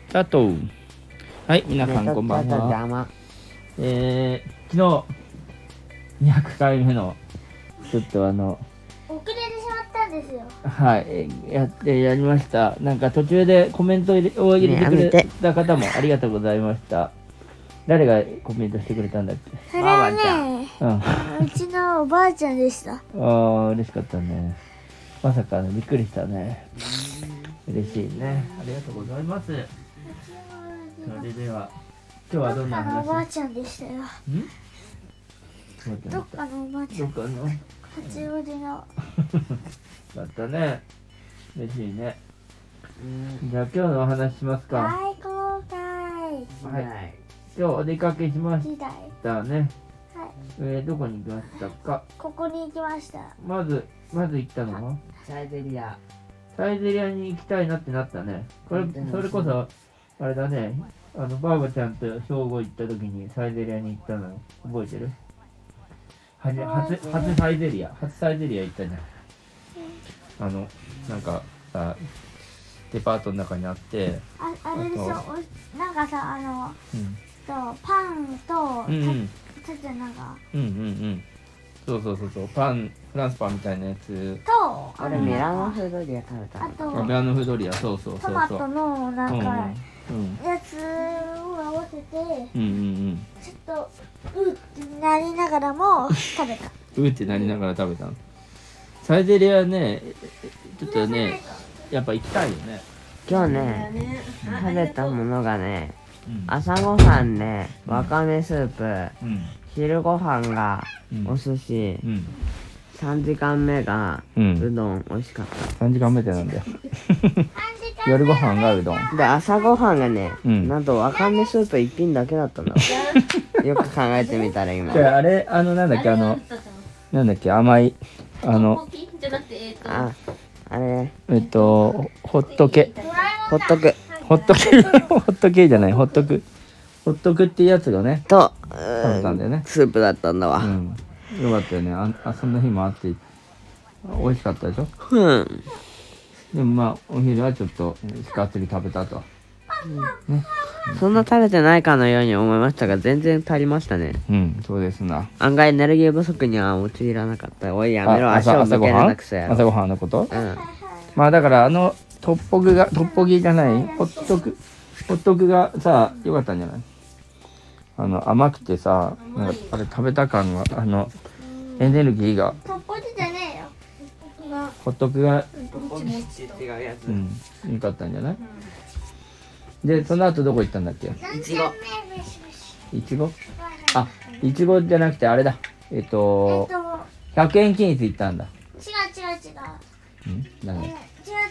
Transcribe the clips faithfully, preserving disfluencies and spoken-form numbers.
スタート。はい、皆さんこんばんは。えー、昨日にひゃくかいめのちょっとあの遅れてしまったんですよ。 はい、やってやりました。なんか途中でコメントを入れを入れてくれた方もありがとうございました。誰がコメントしてくれたんだっけ？ それはね、 うん、 うちのおばあちゃんでした。 ああ、嬉しかったね。まさかね、びっくりしたね。嬉しいね。ありがとうございます。それでは今日はどんな話？ どっかのおばあちゃんでしたよ。 ん？ どっかのおばあちゃん。 どっかの？ 八王子の。 だったね。嬉しいね。じゃあ今日のお話しますか。 大公開。 はい。今日お出かけしまし時代。 たね。 はい。 えー、どこに行きましたか。 ここに行きました。 まずまず行ったのはサイゼリア。 サイゼリアに行きたいなってなったね。これそれこそあれだね。あのばあばちゃんと兵庫行った時にサイゼリアに行ったの覚えてる？はじ初初サイゼリア初サイゼリア行ったじゃん。あのなんかさデパートの中にあって、 あ、あれでしょ。おなんかさ、あの、 うん、 とパンと、 うんうんちょっとなんか。 うんうんうん。そうそうそうそうパンフランスパンみたいなやつ。 と、 あれミラノフードリア食べたあの。 とミラノフードリアそうそうそうそう。 トマトのなんかうんやつを合わせて、 うんうんうんちょっとうってなりながらも食べた。 うん。うってなりながら食べたの。サイゼリアねちょっとねやっぱ行きたいよね。 今日ね食べたものがね、 うん、 朝ごはんねわかめスープ、 うん、 昼ごはんがお寿司、 うん、 さんじかんめがううどん美味しかっさんじかんめってなんだよ。夜ご飯がうどんた。で朝ごはんがね、 うんなんとわかめスープ一品だけだったんだよく考えてみたら今。 じゃああれあのなんだっけあのなんだっけ甘いあのああれえっとホットケほっとくホットケホットケじゃないホットクホットクっていうやつがねと食べたんだよね。 スープだったんだわ。 うん、よかったよね。ああそんな日もあって美味しかったでしょ。 うんでもまあお昼はちょっとがっつり食べたと、ね、 そんな食べてないかのように思いましたが全然足りましたね。 うんそうですな。 案外エネルギー不足には陥らなかった。おいやめろ、 あ足を向けるなくせやろ。 朝ごはんのこと、 うん、 まあだからあのトッポギがトッポギじゃないホットクホットクがさ良かったんじゃない？あの甘くてさなんかあれ食べた感があのエネルギーがトッポギじゃねえよ。 ホットクが違うやつ。 うん良かったんじゃない？でその後どこ行ったんだっけ？ いちご。 いちご？あいちごじゃなくてあれだえっえっとと、 ひゃくえん均一行ったんだ。 違う違う違う。 うん何？ え違う違うよ。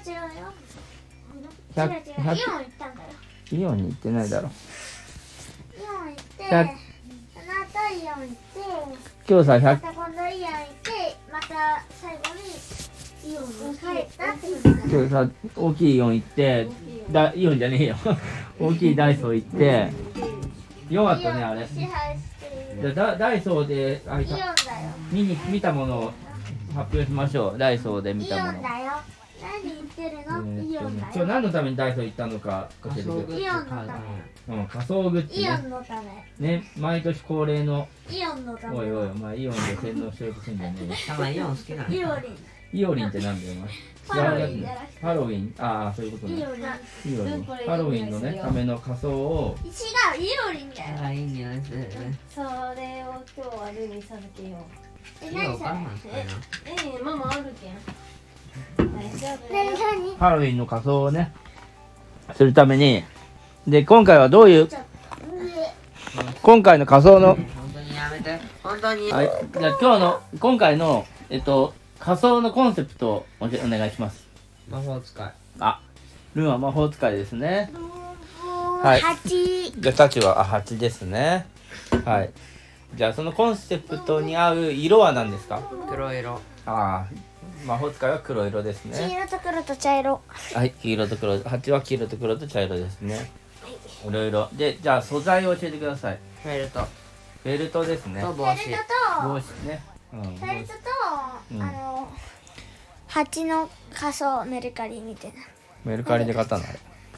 ひゃく違う違う。イオン行ったんだよ。 イオンに行ってないだろ。 イオン行って、そひゃくの後イオン行って、 今日さまひゃくた今度イオン行って、また最後にイオンに帰ったってことだ。 今日さ大きいイオン行ってだイオンじゃねえよ大きいダイソー行ってよかったねあれ。 支配してる。 じゃあダダイソーであいたイオンだよ。 見に見たものを発表しましょう。ダイソーで見イたもの。 オンだよ。何言ってるの？ えーっとねイオンだよ。 今日何のためにダイソー行ったのか教えてくれ。 イオンのたうん仮想グッズめ。イオね。 ンのため。 ね毎年恒例のイオンのため。 おいおいお前イオンで洗脳しようとすんじゃねえよ。 たまイオン好きなの。 イオリン。 イオリンってなんだよお前。 ハロウィン違うやつハロウィンああそういうことね。 イオリン。 イオリンハロウィンのねための仮装を違う、イオリンだよ。 あいい匂いする。 それを今日はルに授けよう。 え、 いい何それ？ お母さん好きなの。 ええ、ママあるけん。大丈夫だよ。 何何？ ハロウィンの仮装をねするためにで今回はどういうちょっと今回の仮装の本当にやめて。本当に。 はいじゃあ今日の今回のえっと仮装のコンセプトをおお願いします。 魔法使い。 あルンは魔法使いですね。はい八。 じゃあタチはあはちですね。はいじゃあそのコンセプトに合う色は何ですか？ 黒色。 ああ魔法使いは黒色です黄ね。 色と黒と茶色。 はい黄色と黒はちは黄色と黒と茶色ですね。いろいろでじゃあ素材を教えてください。 フェルト。 ベルトですね。 と帽子。 フェルトと、 帽子ね。うん、 フェルトと、 うんあの、蜂の仮装メルカリみたいな。 メルカリで買ったのあれ。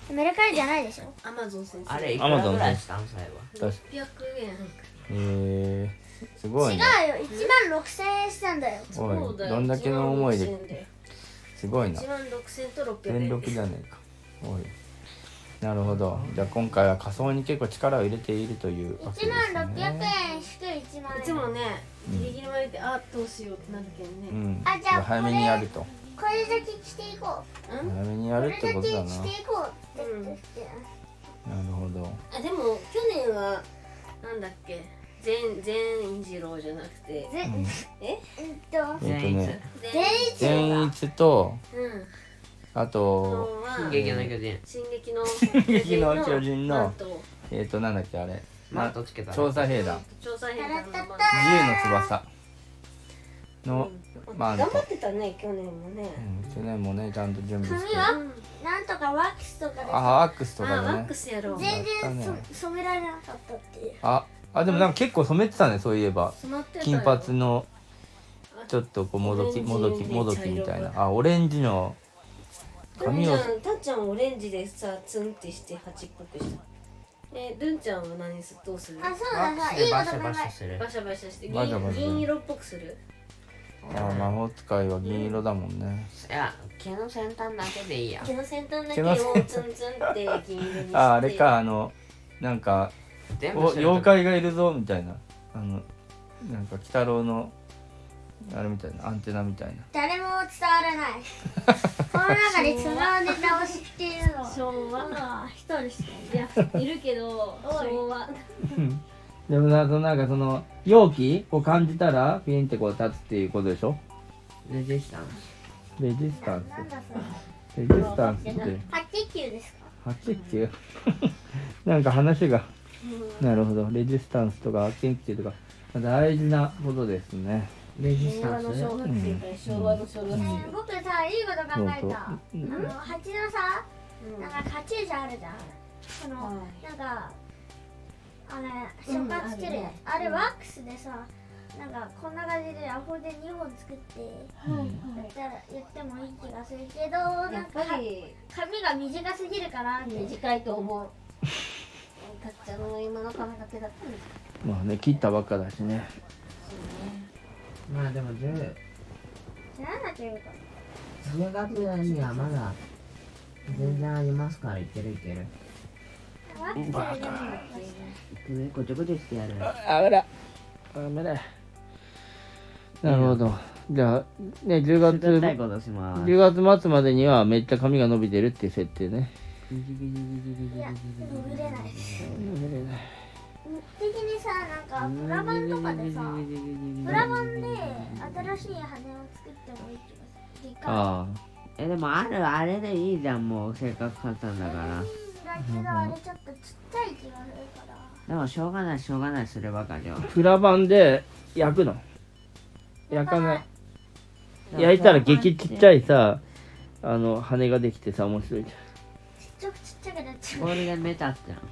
メルカリじゃないでしょ。 アマゾン先生。 あれいくらぐらいしたん最後。 確かろっぴゃくえん。 へえ、すごいね。 違うよ、いちまんろくせんえんしたんだよ。 おそうだよい、どんだけの思いいちまんろくせんで。 ですごいな。 いちまんろくせんとろっぴゃくえん。 全録じゃねえか。おい。なるほど。じゃあ今回は仮装に結構力を入れているというわけ 1 です万ろっぴゃくね。 えん引くいちまん円。 いつもね、ギリギリまでで、あ、どうしようってなるけどね。 うん。 あじゃあ早めにやると。 これだけしていこう。 うん。 早めにやるってこれだけことだな。 していこうって言って。 なるほど。 あ、でも去年はなんだっけ、全全次郎じゃなくて、 ぜうんえっとえっとね、 全一善逸とうん。 あとは進撃の巨人。 進撃の撃の巨人のマントえっとなんだっけあれ。 マートつけた。 調査兵団調査兵団のマント自由の翼のうんマント頑張ってたね去年もね。 うん去年もねちゃんと準備して。 髪はうんなんとかワックスとかであ、ワックスとあ、 かでねワック。スやろう。 全やった然ねそ染められなかったっていう。 あ、あでもなんか結構染めてたねそういえば。 染まってたよ金髪のちょっとこうもどきもどきもどきみたいな。あ、オレンジの髪をルンちゃん、たっちゃんオレンジでさ、ツンってして蜂っぽくした。え、ルンちゃんは何すどうする？ あ、そうワッださ、 クスでいいこと考バシャバシャえ。 する。 バシャバシャしてバシャバシャ銀銀色っぽくする。 あ、魔法使いは銀色だもんね。 いや、毛の先端だけでいいや。 毛の先端だけ毛のをツンツンって銀色にして。 あ、あれかあのなんかお全部すると妖怪がいるぞみたいなあのなんか鬼太郎のあれみたいなアンテナみたいな。 誰も伝わらない。この中でそのネタを知っているのは昭和。 あ一人しかいいや、いるけど、昭和。 でもさ、そのなんかその容器を感じたらピンってこう立つっていうことでしょ。 レジスタンス。 レジスタンない。なんだそれ。 ス。レジスタンスって白血球ですか。 白血球なんか話がなるほど。レジスタンスとか白血球とか大事なことですね。 レジス昭和タンス。 の小学生から昭和の小学生。 ねえ僕さ、いいこと考えた。あそうそうの蜂のさ、なんかカチューシャあるじゃん。その、 はいなんかあれ触発してるやつ、あれワックスでさ、なんかこんな感じでアホでにほん作ってやったらやってもいい気がするけど、なやっんかぱり髪が短すぎるからって短いと思う。たっちゃんの今の髪の毛だったんですまあね、切ったばっかだしね。 まあでもじゅう、 知らなきゃいいか。 じゅうがつにはまだ全然ありますからいけるいける。 ワックスでやるのだ上こちょこちょしてやる。 あぶらあぶらなるほど。じゃあね、じゅうがつ作ったいことします。 じゅうがつ末までにはめっちゃ髪が伸びてるっていう設定ね。 いや、伸びれないです。 伸びれない。 的にさ、なんかプラバンとかでさ、プラバンで新しい羽を作ってもいい気がする。でかい。 あえ、でもあるあれでいいじゃん、もう性格簡単だから。 だけどあれちょっとちっちゃい気がするから。 でもしょうがないしょうがないそればかりは。 あ、プラバンで焼くの。焼かない。焼いたら激ちっちゃいさ、あの羽ができてさ面白いじちっちゃくちっちゃくなっちゃゴールデンメタってな。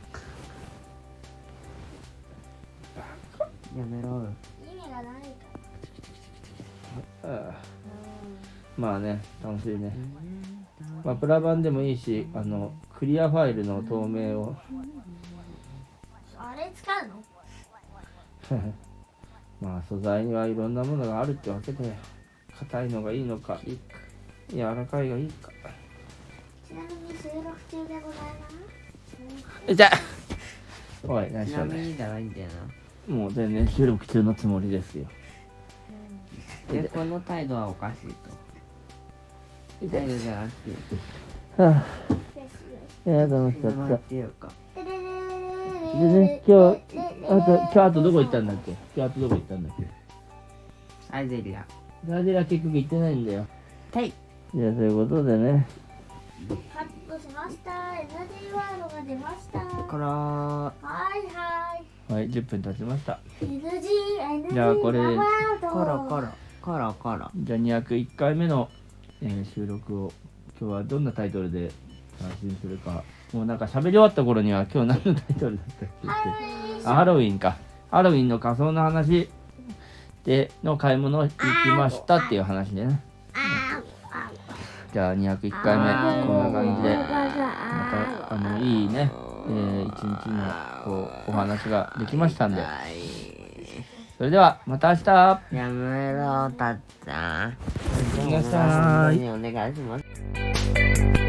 やめろ。 う。意味がないかゃん。ああまあね、楽しいね。まあプラバンでもいいし、あのクリアファイルの透明をら。あれ使うの？ まあ素材にはいろんなものがあるってわけで、硬いのがいいのか、柔らかいがいいか。 ちなみに収録中でございます。 じゃおい、何ちしようね。 なみにじゃないんだよな。 もう全然収録中のつもりですよ。 で、この態度はおかしいと。態度じゃなくて、 はあ、 ですいや楽しか名前った。 っていうか。 でででででね、今日、あと、今日あとどこ行ったんだっけ今日あとどこ行ったんだっけサイゼリア。 サイゼリア結局行ってないんだよ。 はい。 じゃあそういうことでね。 カットしました。エナジーワードが出ました。 こらはいはい。 はい、じゅっぷん経ちました。 エヌジー、エヌジーじゃあこれワード。 コロコロ。コロコロ。 じゃあにひゃくいっかいめの、えー収録を今日はどんなタイトルで配信するか。もうなんか喋り終わった頃には今日何のタイトルだったっけってハロウィンあハロウィンか。ハロウィンの仮装の話での買い物を行きましたっていう話でね。 あーあじじゃあにひゃくいっかいめこんな感じでままたあのいいね、えー、一日のこうお話ができましたんで、それではまた明日。 やめろたっちゃん。 おやすみなさい。 お願いします。